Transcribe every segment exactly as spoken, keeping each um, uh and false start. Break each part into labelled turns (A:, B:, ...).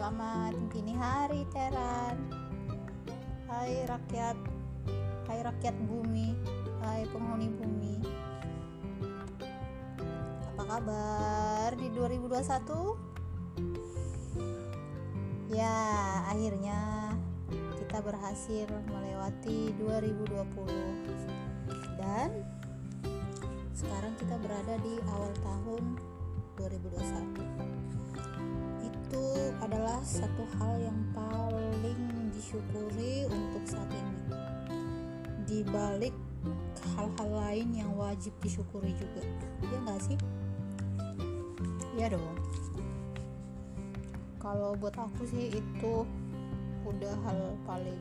A: Selamat dini hari Teran. Hai rakyat, hai rakyat bumi, hai penghuni bumi. Apa kabar di dua ribu dua puluh satu? Ya, akhirnya kita berhasil melewati dua ribu dua puluh. Dan sekarang kita berada di awal tahun dua ribu dua puluh satu. Itu adalah satu hal yang paling disyukuri untuk saat ini, di balik hal-hal lain yang wajib disyukuri juga. Ya gak sih? Ya dong. Kalau buat aku sih itu udah hal paling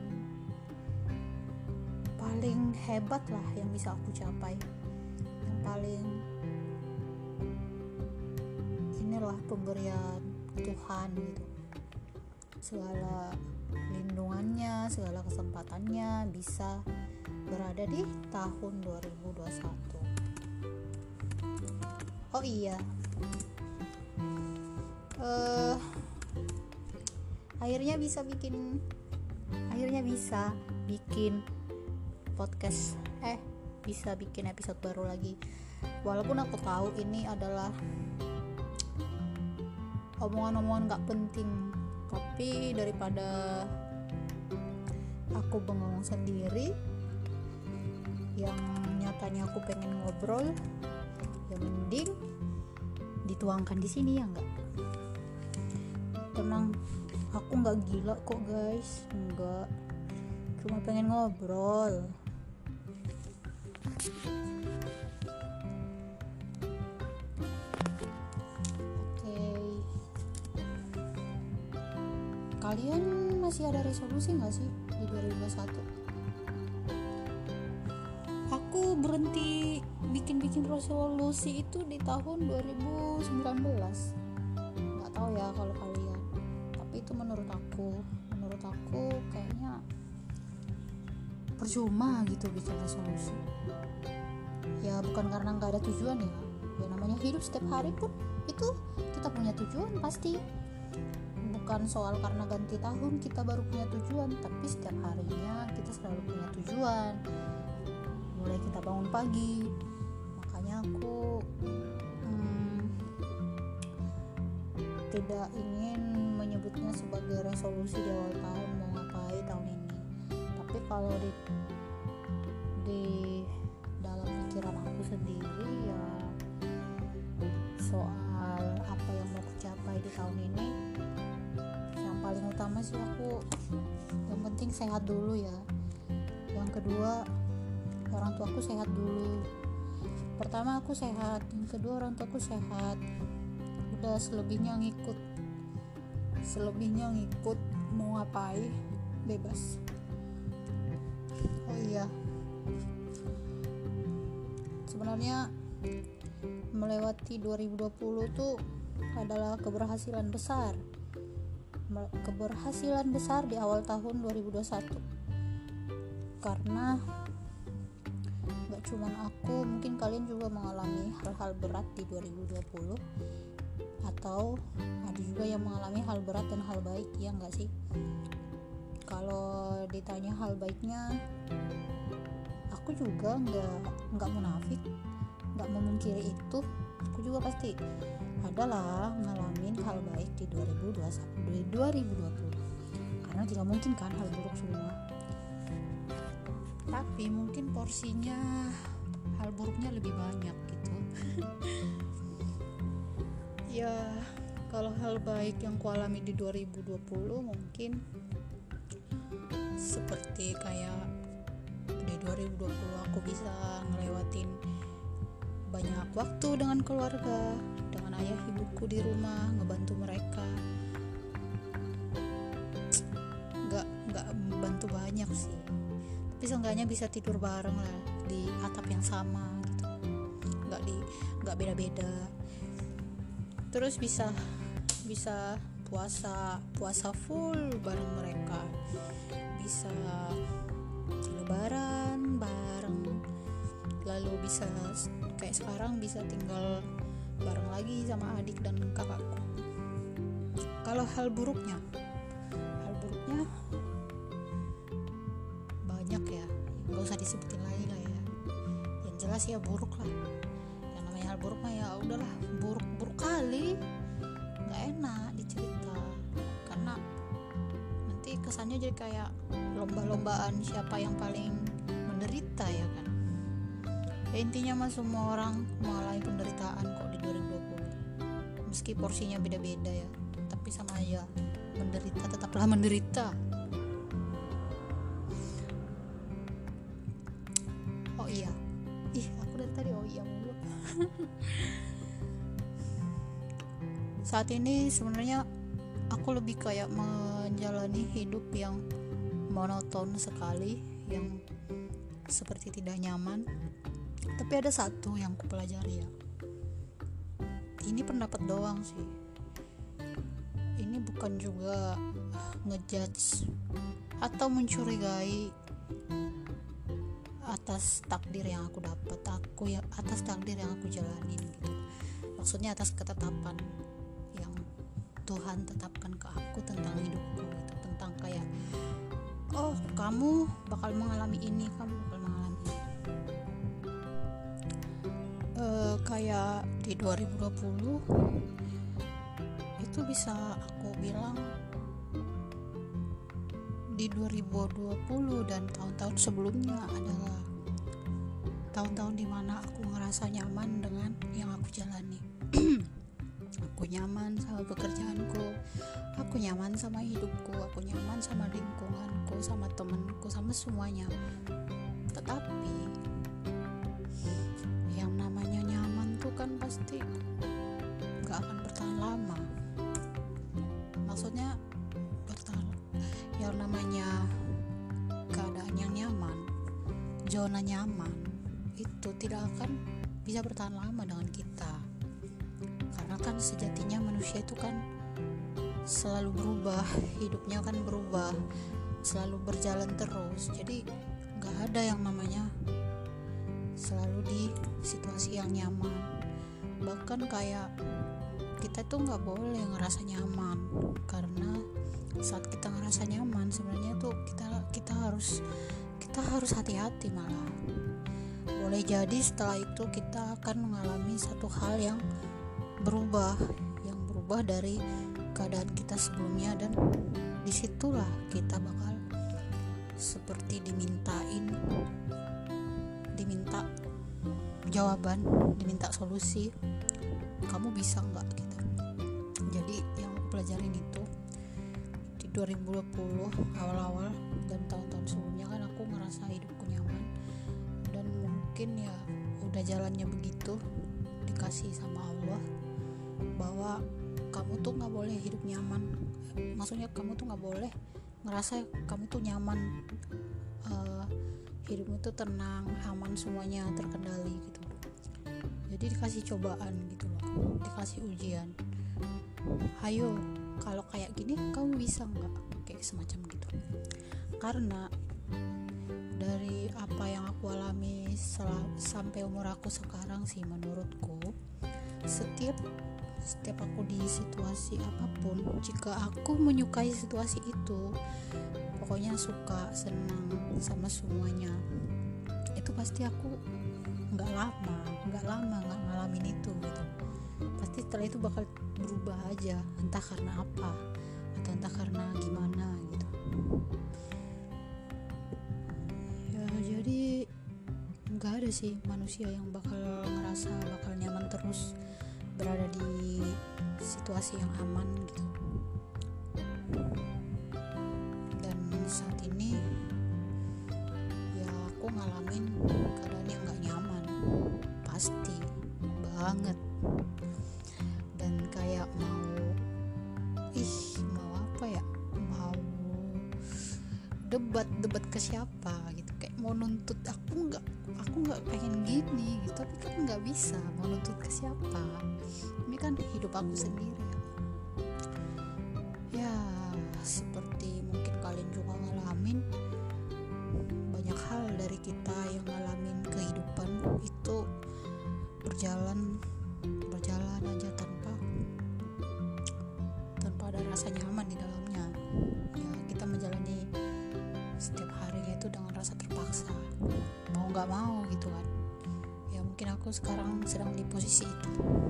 A: paling hebat lah yang bisa aku capai, yang paling inilah pemberian Tuhan gitu. Segala lindungannya, segala kesempatannya bisa berada di tahun dua ribu dua puluh satu. Oh iya, uh, akhirnya bisa bikin akhirnya bisa bikin podcast eh bisa bikin episode baru lagi. Walaupun aku tahu ini adalah omongan-omongan gak penting, tapi daripada aku bengong sendiri yang nyatanya aku pengen ngobrol, ya mending dituangkan di sini, ya enggak? Tenang, aku nggak gila kok guys, enggak, cuma pengen ngobrol. Kalian masih ada resolusi gak sih di dua ribu dua puluh satu? Aku berhenti bikin-bikin resolusi itu di tahun dua ribu sembilan belas. Gak tahu ya kalau kalian, tapi itu menurut aku Menurut aku kayaknya percuma gitu bikin resolusi. Ya bukan karena gak ada tujuan ya. Ya namanya hidup setiap hari pun itu kita punya tujuan pasti. Bukan soal karena ganti tahun kita baru punya tujuan, tapi setiap harinya kita selalu punya tujuan. Mulai kita bangun pagi, makanya aku hmm, tidak ingin menyebutnya sebagai resolusi di awal tahun mau ngapain tahun ini. Tapi kalau di di dalam pikiran aku sendiri ya soal apa yang mau kucapai di tahun ini, paling utama sih aku yang penting sehat dulu ya. Yang kedua, orang tua aku sehat dulu. Pertama aku sehat, yang kedua orang tua aku sehat. Udah selebihnya ngikut. Selebihnya ngikut mau ngapain bebas. Oh iya. Sebenarnya melewati dua ribu dua puluh tuh adalah keberhasilan besar. keberhasilan besar di awal tahun dua ribu dua puluh satu, karena gak cuman aku, mungkin kalian juga mengalami hal-hal berat di dua ribu dua puluh, atau ada juga yang mengalami hal berat dan hal baik, ya gak sih? Kalau ditanya hal baiknya, aku juga gak, gak munafik, gak memungkiri itu. Aku juga pasti adalah ngalamin hal baik di dua ribu dua puluh satu, di dua ribu dua puluh, karena tidak mungkin kan hal buruk semua, tapi mungkin porsinya hal buruknya lebih banyak gitu. Ya kalau hal baik yang kualami di dua ribu dua puluh mungkin seperti kayak di dua ribu dua puluh aku bisa ngelewatin banyak waktu dengan keluarga, dengan ayah ibuku di rumah, ngebantu mereka. Nggak nggak bantu banyak sih, tapi seenggaknya bisa tidur bareng lah di atap yang sama gitu, nggak di nggak beda-beda. Terus bisa bisa puasa puasa full bareng mereka, bisa lebaran bareng, lalu bisa kayak sekarang bisa tinggal bareng lagi sama adik dan kakakku. Kalau hal buruknya, hal buruknya banyak ya, nggak usah disebutin lagi lah ya. Yang jelas ya buruk lah. Yang namanya hal buruk mah ya udahlah, buruk-buruk kali, nggak enak dicerita karena nanti kesannya jadi kayak lomba-lombaan siapa yang paling menderita ya kan. Ya intinya mah semua orang mengalami penderitaan kok di dua ribu dua puluh, meski porsinya beda-beda ya, tapi sama aja menderita, tetaplah menderita. Oh iya, ih aku dari tadi oh iya mulu. Saat ini sebenarnya aku lebih kayak menjalani hidup yang monoton sekali, yang seperti tidak nyaman. Tapi ada satu yang aku pelajari ya, ini pendapat doang sih, ini bukan juga ngejudge atau mencurigai atas takdir yang aku dapat, aku ya atas takdir yang aku jalanin gitu. Maksudnya atas ketetapan yang Tuhan tetapkan ke aku tentang hidupku gitu, tentang kayak oh kamu bakal mengalami ini, kamu bakal mengalami ini. Uh, kayak di dua ribu dua puluh itu bisa aku bilang, di dua ribu dua puluh dan tahun-tahun sebelumnya adalah tahun-tahun dimana aku ngerasa nyaman dengan yang aku jalani. Aku nyaman sama pekerjaanku, aku nyaman sama hidupku, aku nyaman sama lingkunganku, sama temenku, sama semuanya. Tetapi yang namanya nyaman tuh kan pasti gak akan bertahan lama. Maksudnya bertahan, yang namanya keadaan yang nyaman, zona nyaman itu tidak akan bisa bertahan lama dengan kita. Karena kan sejatinya manusia itu kan selalu berubah, hidupnya kan berubah, selalu berjalan terus. Jadi gak ada yang namanya selalu di situasi yang nyaman. Bahkan kayak kita tuh gak boleh ngerasa nyaman, karena saat kita ngerasa nyaman sebenarnya tuh kita kita harus kita harus hati-hati. Malah boleh jadi setelah itu kita akan mengalami satu hal yang berubah, yang berubah dari keadaan kita sebelumnya, dan disitulah kita bakal seperti dimintain diminta jawaban, diminta solusi, kamu bisa nggak gitu. Jadi yang aku pelajarin itu di dua ribu dua puluh awal-awal dan tahun-tahun sebelumnya kan aku ngerasa hidupku nyaman, dan mungkin ya udah jalannya begitu, dikasih sama Allah bahwa kamu tuh nggak boleh hidup nyaman. Maksudnya kamu tuh nggak boleh ngerasa kamu tuh nyaman, uh, hidupmu tuh tenang, aman, semuanya terkendali gitu. Jadi dikasih cobaan gitu loh, dikasih ujian. Ayo, kalau kayak gini kamu bisa nggak? Kayak semacam gitu. Karena dari apa yang aku alami sel- sampai umur aku sekarang sih, menurutku setiap setiap aku di situasi apapun, jika aku menyukai situasi itu, pokoknya suka, senang sama semuanya, itu pasti aku nggak lama nggak lama nggak ngalamin itu gitu. Pasti setelah itu bakal berubah aja, entah karena apa atau entah karena gimana gitu ya. Jadi nggak ada sih manusia yang bakal ngerasa bakal nyaman terus berada di situasi yang aman gitu. Dan saat ini ya aku ngalamin keadaan yang gak nyaman, pasti banget. Dan kayak mau ih mau apa ya, mau debat debat ke siapa gitu, kayak mau nuntut aku nggak aku nggak pengen gini gitu, tapi kan nggak bisa mau nuntut ke siapa. Ini kan hidup aku sendiri ya. Ya seperti mungkin kalian juga ngalamin, banyak hal dari kita yang ngalamin kehidupan itu berjalan berjalan aja tanpa tanpa ada rasa nggak mau gitu kan. Ya mungkin aku sekarang sedang di posisi itu.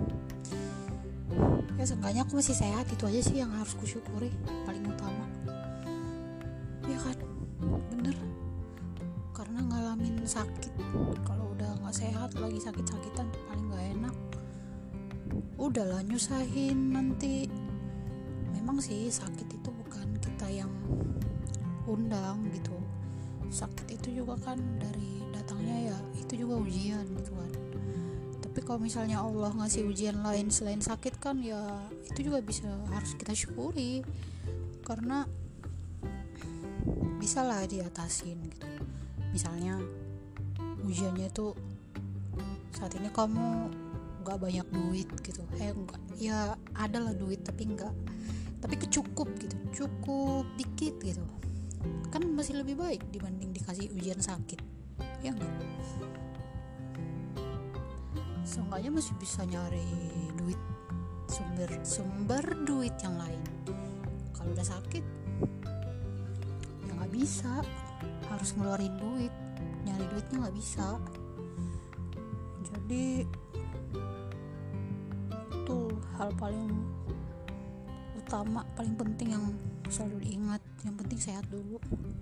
A: Ya seenggaknya aku masih sehat, itu aja sih yang harus kusyukuri paling utama. Ya kan, bener. Karena ngalamin sakit, kalau udah nggak sehat lagi sakit-sakitan paling nggak enak. Udahlah nyusahin nanti. Memang sih sakit itu bukan kita yang undang gitu. Sakit itu juga kan dari datangnya ya, itu juga ujian gitu kan. Tapi kalau misalnya Allah ngasih ujian lain selain sakit kan ya itu juga bisa, harus kita syukuri. Karena bisa lah diatasin gitu. Misalnya ujiannya itu saat ini kamu nggak banyak duit gitu, eh enggak, ya ada lah duit tapi enggak, tapi kecukup gitu, cukup dikit gitu, kan masih lebih baik dibanding dikasih ujian sakit, ya enggak? Seenggaknya masih bisa nyari duit, sumber sumber duit yang lain. Kalau udah sakit ya nggak bisa, harus ngeluarin duit, nyari duitnya nggak bisa. Jadi itu hal paling utama, paling penting yang selalu diingat. Yang penting sehat dulu.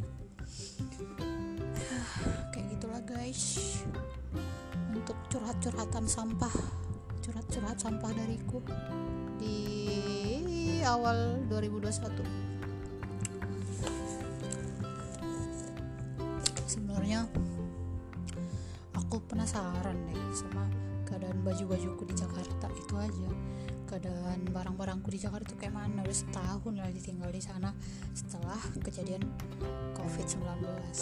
A: Kayak gitulah guys, untuk curhat-curhatan sampah, curhat-curhat sampah dariku di awal dua ribu dua puluh satu. Sebenarnya aku penasaran deh sama keadaan baju-bajuku di Jakarta, itu aja. Keadaan barang-barangku di Jakarta itu kayak mana. Udah setahun lagi tinggal di sana setelah kejadian covid sembilan belas.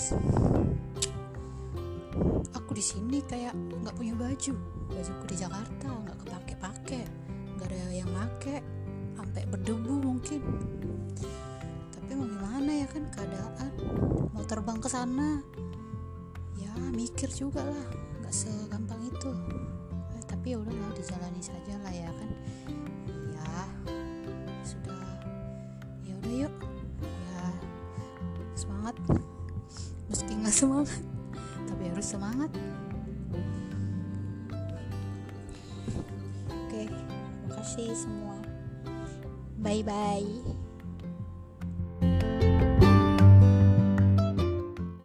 A: Aku di sini kayak nggak punya baju, bajuku di Jakarta nggak kepake-pake, nggak ada yang make, sampai berdebu mungkin. Tapi mau gimana ya kan keadaan, mau terbang ke sana ya mikir juga lah, nggak segampang itu. Eh, tapi ya udahlah, dijalani saja lah ya kan. Ya sudah, ya udah yuk, ya semangat, meski nggak semangat tapi harus semangat. Oke, makasih semua, bye bye.